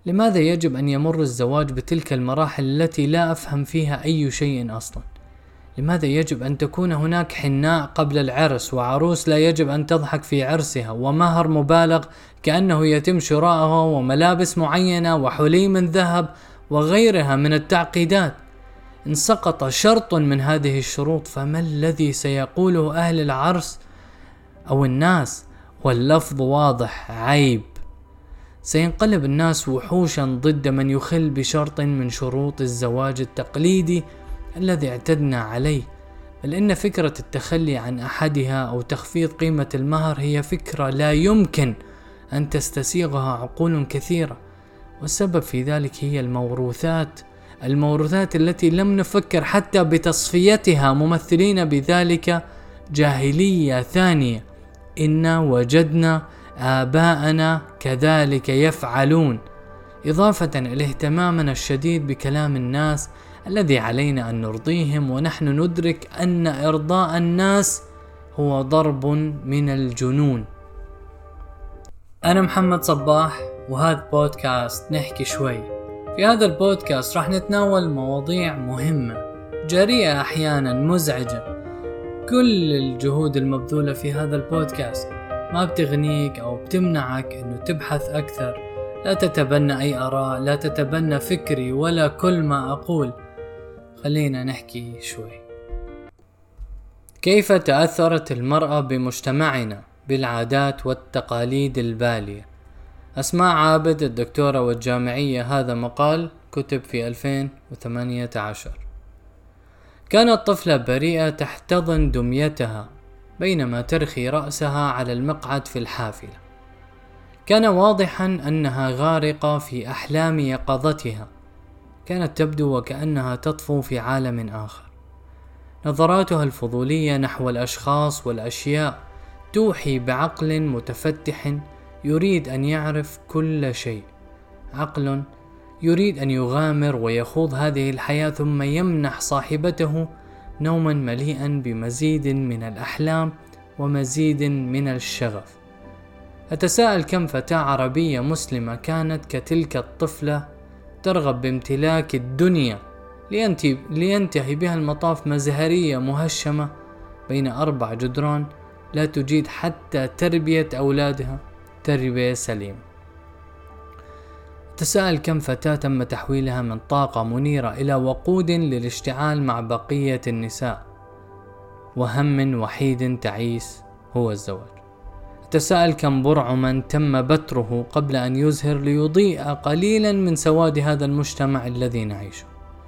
لماذا يجب أن يمر الزواج بتلك المراحل التي لا أفهم فيها أي شيء أصلا؟ لماذا يجب أن تكون هناك حناء قبل العرس، وعروس لا يجب أن تضحك في عرسها، ومهر مبالغ كأنه يتم شراؤها، وملابس معينة، وحلي من ذهب، وغيرها من التعقيدات؟ إن سقط شرط من هذه الشروط فما الذي سيقوله أهل العرس أو الناس؟ واللفظ واضح: عيب. سينقلب الناس وحوشا ضد من يخل بشرط من شروط الزواج التقليدي الذي اعتدنا عليه. بل إن فكرة التخلي عن أحدها أو تخفيض قيمة المهر هي فكرة لا يمكن أن تستسيغها عقول كثيرة، والسبب في ذلك هي الموروثات التي لم نفكر حتى بتصفيتها، ممثلين بذلك جاهلية ثانية. إنا وجدنا آباءنا كذلك يفعلون، إضافة إلى اهتمامنا الشديد بكلام الناس الذي علينا أن نرضيهم، ونحن ندرك أن إرضاء الناس هو ضرب من الجنون. أنا محمد صباح، وهذا بودكاست نحكي شوي. في هذا البودكاست راح نتناول مواضيع مهمة، جريئة أحيانا، مزعجة. كل الجهود المبذولة في هذا البودكاست ما بتغنيك أو بتمنعك أنه تبحث أكثر. لا تتبنى أي آراء، لا تتبنى فكري ولا كل ما أقول. خلينا نحكي شوي. كيف تأثرت المرأة بمجتمعنا بالعادات والتقاليد البالية؟ أسماء عابد، الدكتورة والجامعية. هذا مقال كتب في 2018. كانت طفلة بريئة تحتضن دميتها بينما ترخي رأسها على المقعد في الحافلة. كان واضحا أنها غارقة في أحلام يقظتها. كانت تبدو وكأنها تطفو في عالم آخر. نظراتها الفضولية نحو الأشخاص والأشياء توحي بعقل متفتح يريد أن يعرف كل شيء، عقل يريد أن يغامر ويخوض هذه الحياة، ثم يمنح صاحبته نوما مليئا بمزيد من الأحلام ومزيد من الشغف. أتساءل كم فتاة عربية مسلمة كانت كتلك الطفلة ترغب بامتلاك الدنيا لينتهي بها المطاف مزهرية مهشمة بين 4 جدران لا تجيد حتى تربية أولادها تربية سليمة. تساءل كم فتاة تم تحويلها من طاقة منيرة إلى وقود للاشتعال مع بقية النساء، وهم وحيد تعيس هو الزواج. تساءل كم برعما تم بتره قبل أن يزهر ليضيء قليلا من سواد هذا المجتمع الذي نعيشه.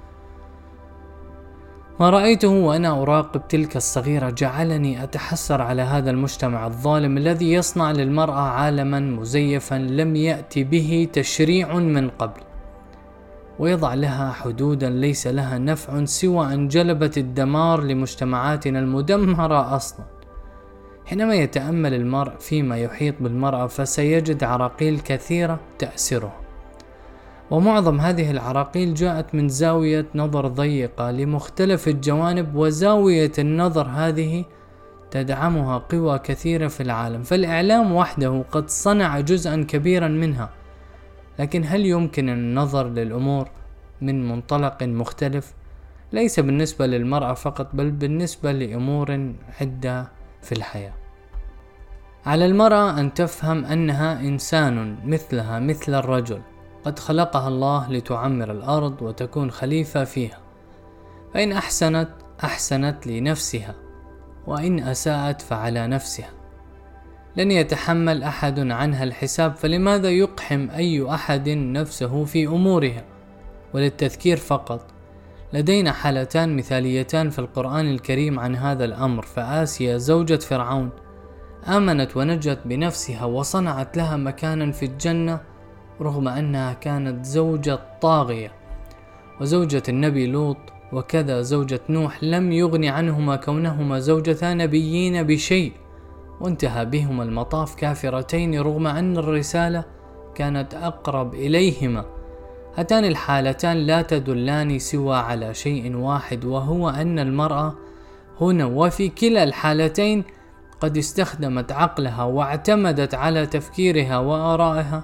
ما رأيته وأنا أراقب تلك الصغيرة جعلني أتحسر على هذا المجتمع الظالم الذي يصنع للمرأة عالما مزيفا لم يأتي به تشريع من قبل، ويضع لها حدودا ليس لها نفع سوى أن جلبت الدمار لمجتمعاتنا المدمرة أصلا. حينما يتأمل المرء فيما يحيط بالمرأة فسيجد عراقيل كثيرة تأسره، ومعظم هذه العراقيل جاءت من زاوية نظر ضيقة لمختلف الجوانب، وزاوية النظر هذه تدعمها قوى كثيرة في العالم، فالإعلام وحده قد صنع جزءا كبيرا منها. لكن هل يمكن النظر للأمور من منطلق مختلف، ليس بالنسبة للمرأة فقط بل بالنسبة لأمور عدة في الحياة؟ على المرأة أن تفهم أنها إنسان مثلها مثل الرجل، قد خلقها الله لتعمر الأرض وتكون خليفة فيها، فإن أحسنت لنفسها، وإن أساءت فعلى نفسها. لن يتحمل أحد عنها الحساب، فلماذا يقحم أي أحد نفسه في أمورها؟ وللتذكير فقط، لدينا حالتان مثاليتان في القرآن الكريم عن هذا الأمر. فآسيا زوجة فرعون آمنت ونجت بنفسها وصنعت لها مكانا في الجنة رغم أنها كانت زوجة طاغية، وزوجة النبي لوط وكذا زوجة نوح لم يغني عنهما كونهما زوجتا نبيين بشيء، وانتهى بهما المطاف كافرتين رغم أن الرسالة كانت أقرب إليهما. هاتان الحالتان لا تدلان سوى على شيء واحد، وهو أن المرأة هنا وفي كلا الحالتين قد استخدمت عقلها واعتمدت على تفكيرها وآرائها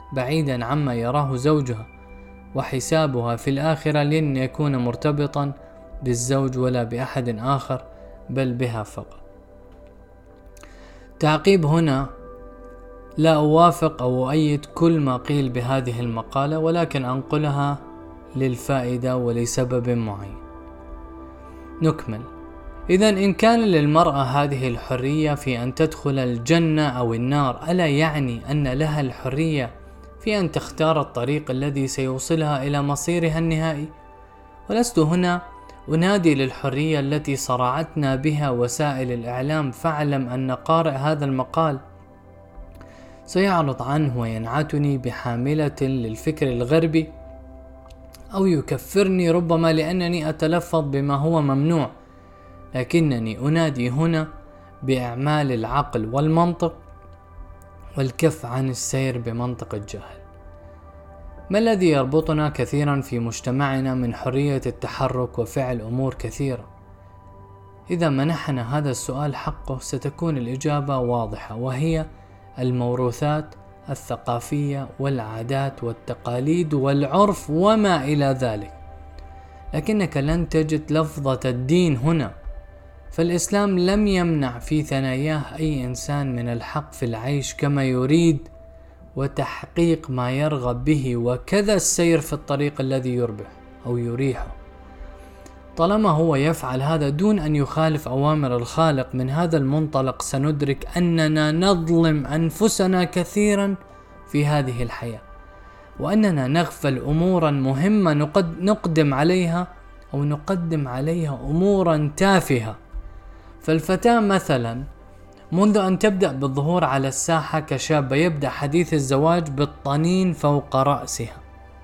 بعيدا عما يراه زوجها، وحسابها في الآخرة لن يكون مرتبطا بالزوج ولا بأحد آخر بل بها فقط. تعقيب هنا: لا أوافق أو أؤيد كل ما قيل بهذه المقالة، ولكن أنقلها للفائدة ولسبب معين. نكمل. إذن إن كان للمرأة هذه الحرية في أن تدخل الجنة أو النار، ألا يعني أن لها الحرية في أن تختار الطريق الذي سيوصلها إلى مصيرها النهائي؟ ولست هنا أنادي للحرية التي صرعتنا بها وسائل الإعلام، فاعلم أن قارئ هذا المقال سيعرض عنه وينعتني بحاملة للفكر الغربي، أو يكفرني ربما لأنني أتلفظ بما هو ممنوع، لكنني أنادي هنا بإعمال العقل والمنطق والكف عن السير بمنطق الجهل. ما الذي يربطنا كثيرا في مجتمعنا من حرية التحرك وفعل أمور كثيرة؟ إذا منحنا هذا السؤال حقه ستكون الإجابة واضحة، وهي الموروثات الثقافية والعادات والتقاليد والعرف وما إلى ذلك. لكنك لن تجد لفظة الدين هنا، فالإسلام لم يمنع في ثناياه أي إنسان من الحق في العيش كما يريد وتحقيق ما يرغب به، وكذا السير في الطريق الذي يربح أو يريحه، طالما هو يفعل هذا دون أن يخالف أوامر الخالق. من هذا المنطلق سندرك أننا نظلم أنفسنا كثيرا في هذه الحياة، وأننا نغفل أمورا مهمة نقدم عليها أمورا تافهة. فالفتاة مثلا منذ أن تبدأ بالظهور على الساحة كشابة يبدأ حديث الزواج بالطنين فوق رأسها،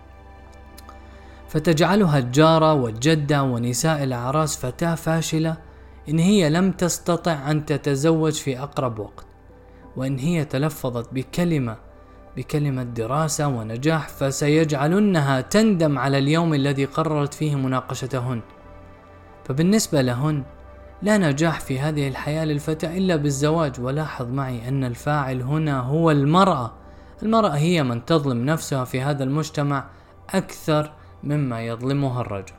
فتجعلها الجارة والجدة ونساء الأعراس فتاة فاشلة إن هي لم تستطع أن تتزوج في أقرب وقت، وإن هي تلفظت بكلمة دراسة ونجاح فسيجعلنها تندم على اليوم الذي قررت فيه مناقشتهن. فبالنسبة لهن لا نجاح في هذه الحياة للفتاة إلا بالزواج. ولاحظ معي أن الفاعل هنا هو المرأة هي من تظلم نفسها في هذا المجتمع أكثر مما يظلمها الرجل.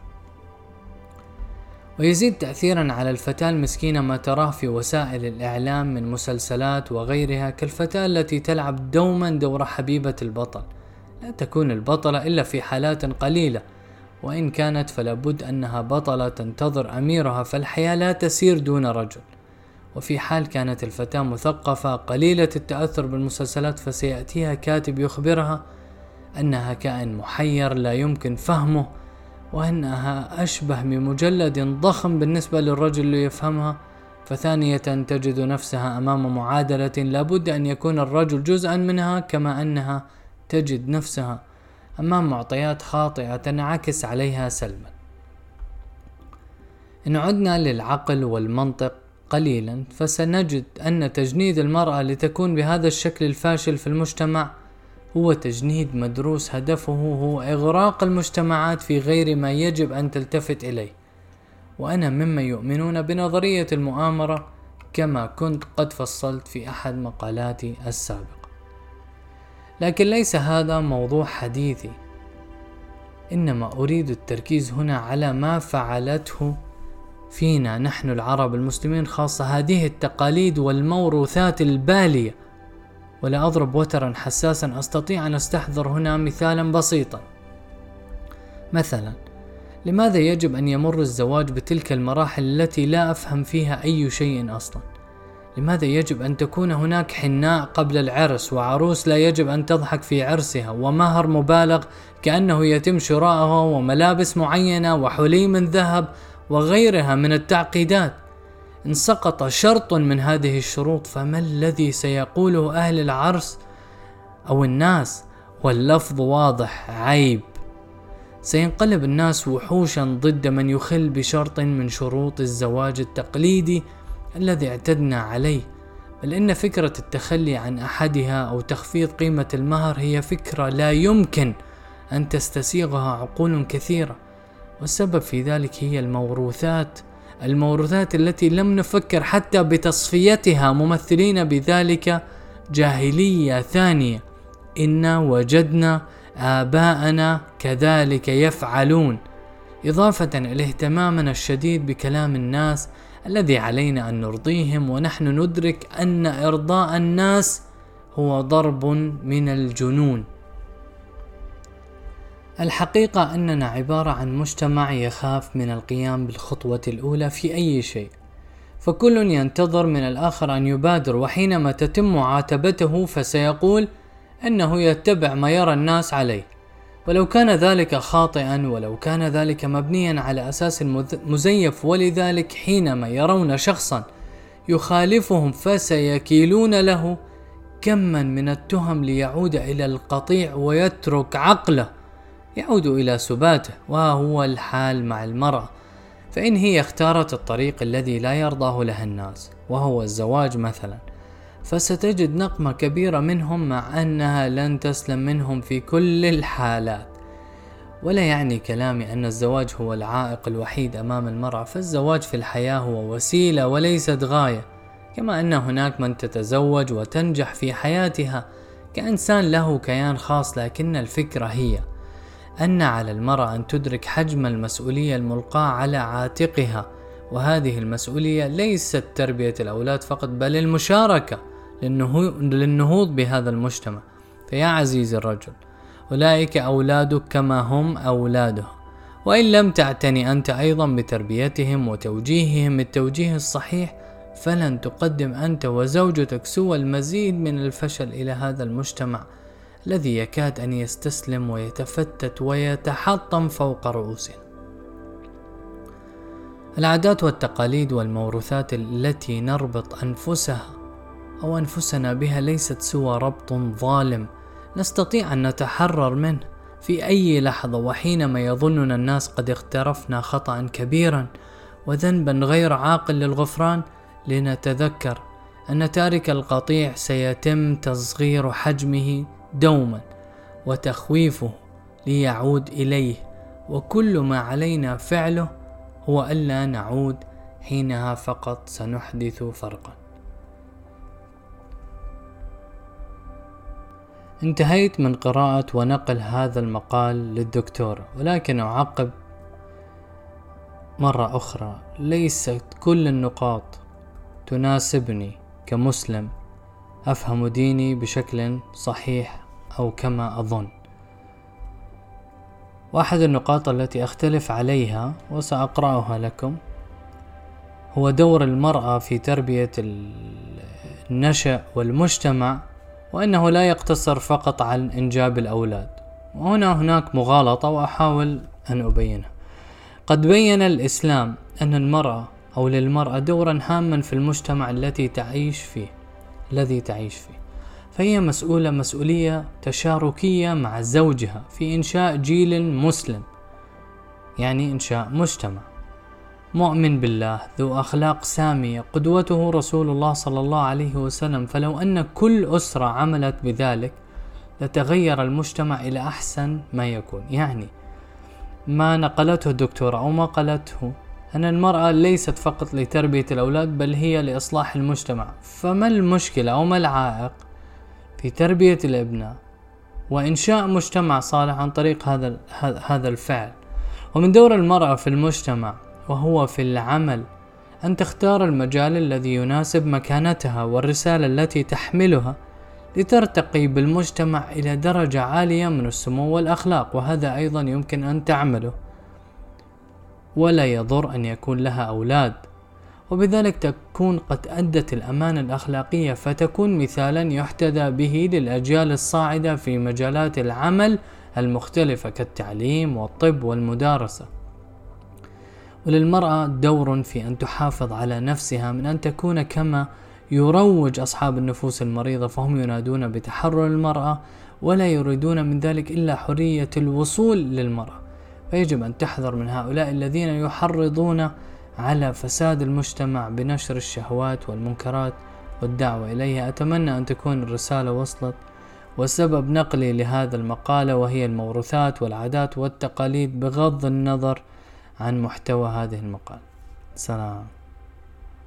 ويزيد تأثيرا على الفتاة المسكينة ما تراه في وسائل الإعلام من مسلسلات وغيرها، كالفتاة التي تلعب دوما دور حبيبة البطل. لا تكون البطلة إلا في حالات قليلة، وإن كانت فلابد أنها بطلة تنتظر أميرها، فالحياة لا تسير دون رجل. وفي حال كانت الفتاة مثقفة قليلة التأثر بالمسلسلات فسيأتيها كاتب يخبرها أنها كائن محير لا يمكن فهمه، وأنها أشبه بمجلد ضخم بالنسبة للرجل ليفهمها. فثانية تجد نفسها أمام معادلة لابد أن يكون الرجل جزءا منها، كما أنها تجد نفسها أمام معطيات خاطئة تنعكس عليها سلبا. إن عدنا للعقل والمنطق قليلا فسنجد أن تجنيد المرأة لتكون بهذا الشكل الفاشل في المجتمع هو تجنيد مدروس، هدفه هو إغراق المجتمعات في غير ما يجب أن تلتفت إليه. وأنا مما يؤمنون بنظرية المؤامرة كما كنت قد فصلت في أحد مقالاتي السابقة. لكن ليس هذا موضوع حديثي، إنما أريد التركيز هنا على ما فعلته فينا نحن العرب المسلمين، خاصة هذه التقاليد والموروثات البالية. ولا أضرب وترا حساسا، أستطيع أن أستحضر هنا مثالا بسيطا. مثلا، لماذا يجب أن يمر الزواج بتلك المراحل التي لا أفهم فيها أي شيء أصلا؟ لماذا يجب أن تكون هناك حناء قبل العرس، وعروس لا يجب أن تضحك في عرسها، ومهر مبالغ كأنه يتم شراؤه، وملابس معينة، وحلي من ذهب، وغيرها من التعقيدات؟ إن سقط شرط من هذه الشروط فما الذي سيقوله أهل العرس أو الناس؟ واللفظ واضح: عيب. سينقلب الناس وحوشا ضد من يخل بشرط من شروط الزواج التقليدي الذي اعتدنا عليه. بل إن فكرة التخلي عن أحدها أو تخفيض قيمة المهر هي فكرة لا يمكن أن تستسيغها عقول كثيرة، والسبب في ذلك هي الموروثات التي لم نفكر حتى بتصفيتها، ممثلين بذلك جاهلية ثانية إنا وجدنا آباءنا كذلك يفعلون، إضافة إلى اهتمامنا الشديد بكلام الناس الذي علينا أن نرضيهم، ونحن ندرك أن إرضاء الناس هو ضرب من الجنون. الحقيقة أننا عبارة عن مجتمع يخاف من القيام بالخطوة الأولى في أي شيء، فكل ينتظر من الآخر أن يبادر، وحينما تتم معاتبته فسيقول أنه يتبع ما يرى الناس عليه، ولو كان ذلك خاطئا، ولو كان ذلك مبنيا على أساس مزيف. ولذلك حينما يرون شخصا يخالفهم فسيكيلون له كما من التهم ليعود إلى القطيع ويترك عقله يعود إلى سباته. وهو الحال مع المرأة، فإن هي اختارت الطريق الذي لا يرضاه لها الناس وهو الزواج مثلا، فستجد نقمة كبيرة منهم، مع أنها لن تسلم منهم في كل الحالات. ولا يعني كلامي أن الزواج هو العائق الوحيد أمام المرأة، فالزواج في الحياة هو وسيلة وليست غاية، كما أن هناك من تتزوج وتنجح في حياتها كإنسان له كيان خاص. لكن الفكرة هي أن على المرأة أن تدرك حجم المسؤولية الملقاة على عاتقها، وهذه المسؤولية ليست تربية الأولاد فقط، بل المشاركة للنهوض بهذا المجتمع. فيا عزيزي الرجل، أولئك أولادك كما هم أولادهم، وإن لم تعتني أنت أيضا بتربيتهم وتوجيههم التوجيه الصحيح، فلن تقدم أنت وزوجتك سوى المزيد من الفشل إلى هذا المجتمع الذي يكاد أن يستسلم ويتفتت ويتحطم فوق رؤوسنا. العادات والتقاليد والموروثات التي نربط أنفسنا بها ليست سوى ربط ظالم نستطيع أن نتحرر منه في أي لحظة. وحينما يظننا الناس قد اقترفنا خطأ كبيرا وذنبا غير عاقل للغفران، لنتذكر أن تارك القطيع سيتم تصغير حجمه دوما وتخويفه ليعود إليه، وكل ما علينا فعله هو ألا نعود، حينها فقط سنحدث فرقا. انتهيت من قراءة ونقل هذا المقال للدكتورة، ولكن أعقب مرة أخرى، ليست كل النقاط تناسبني كمسلم أفهم ديني بشكل صحيح أو كما أظن. واحد النقاط التي أختلف عليها وسأقرأها لكم هو دور المرأة في تربية النشأ والمجتمع، وأنه لا يقتصر فقط عن إنجاب الأولاد. هناك مغالطة وأحاول أن أبينها. قد بين الإسلام أن المرأة أو للمرأة دورا هاما في المجتمع الذي تعيش فيه، فهي مسؤولية تشاركية مع زوجها في إنشاء جيل مسلم، يعني إنشاء مجتمع مؤمن بالله ذو أخلاق سامية قدوته رسول الله صلى الله عليه وسلم. فلو أن كل أسرة عملت بذلك لتغير المجتمع إلى أحسن ما يكون. يعني ما نقلته الدكتورة أو ما قالته أن المرأة ليست فقط لتربية الأولاد بل هي لإصلاح المجتمع، فما المشكلة أو ما العائق في تربية الأبناء وإنشاء مجتمع صالح عن طريق هذا الفعل؟ ومن دور المرأة في المجتمع وهو في العمل أن تختار المجال الذي يناسب مكانتها والرسالة التي تحملها لترتقي بالمجتمع إلى درجة عالية من السمو والأخلاق، وهذا أيضا يمكن أن تعمله ولا يضر أن يكون لها أولاد، وبذلك تكون قد أدت الأمانة الأخلاقية، فتكون مثالا يحتذى به للأجيال الصاعدة في مجالات العمل المختلفة كالتعليم والطب والمدارسة. وللمرأة دور في أن تحافظ على نفسها من أن تكون كما يروج أصحاب النفوس المريضة، فهم ينادون بتحرر المرأة ولا يريدون من ذلك إلا حرية الوصول للمرأة. فيجب أن تحذر من هؤلاء الذين يحرضون على فساد المجتمع بنشر الشهوات والمنكرات والدعوة إليها. أتمنى أن تكون الرسالة وصلت، وسبب نقلي لهذا المقالة وهي الموروثات والعادات والتقاليد بغض النظر عن محتوى هذه المقالة. سلام.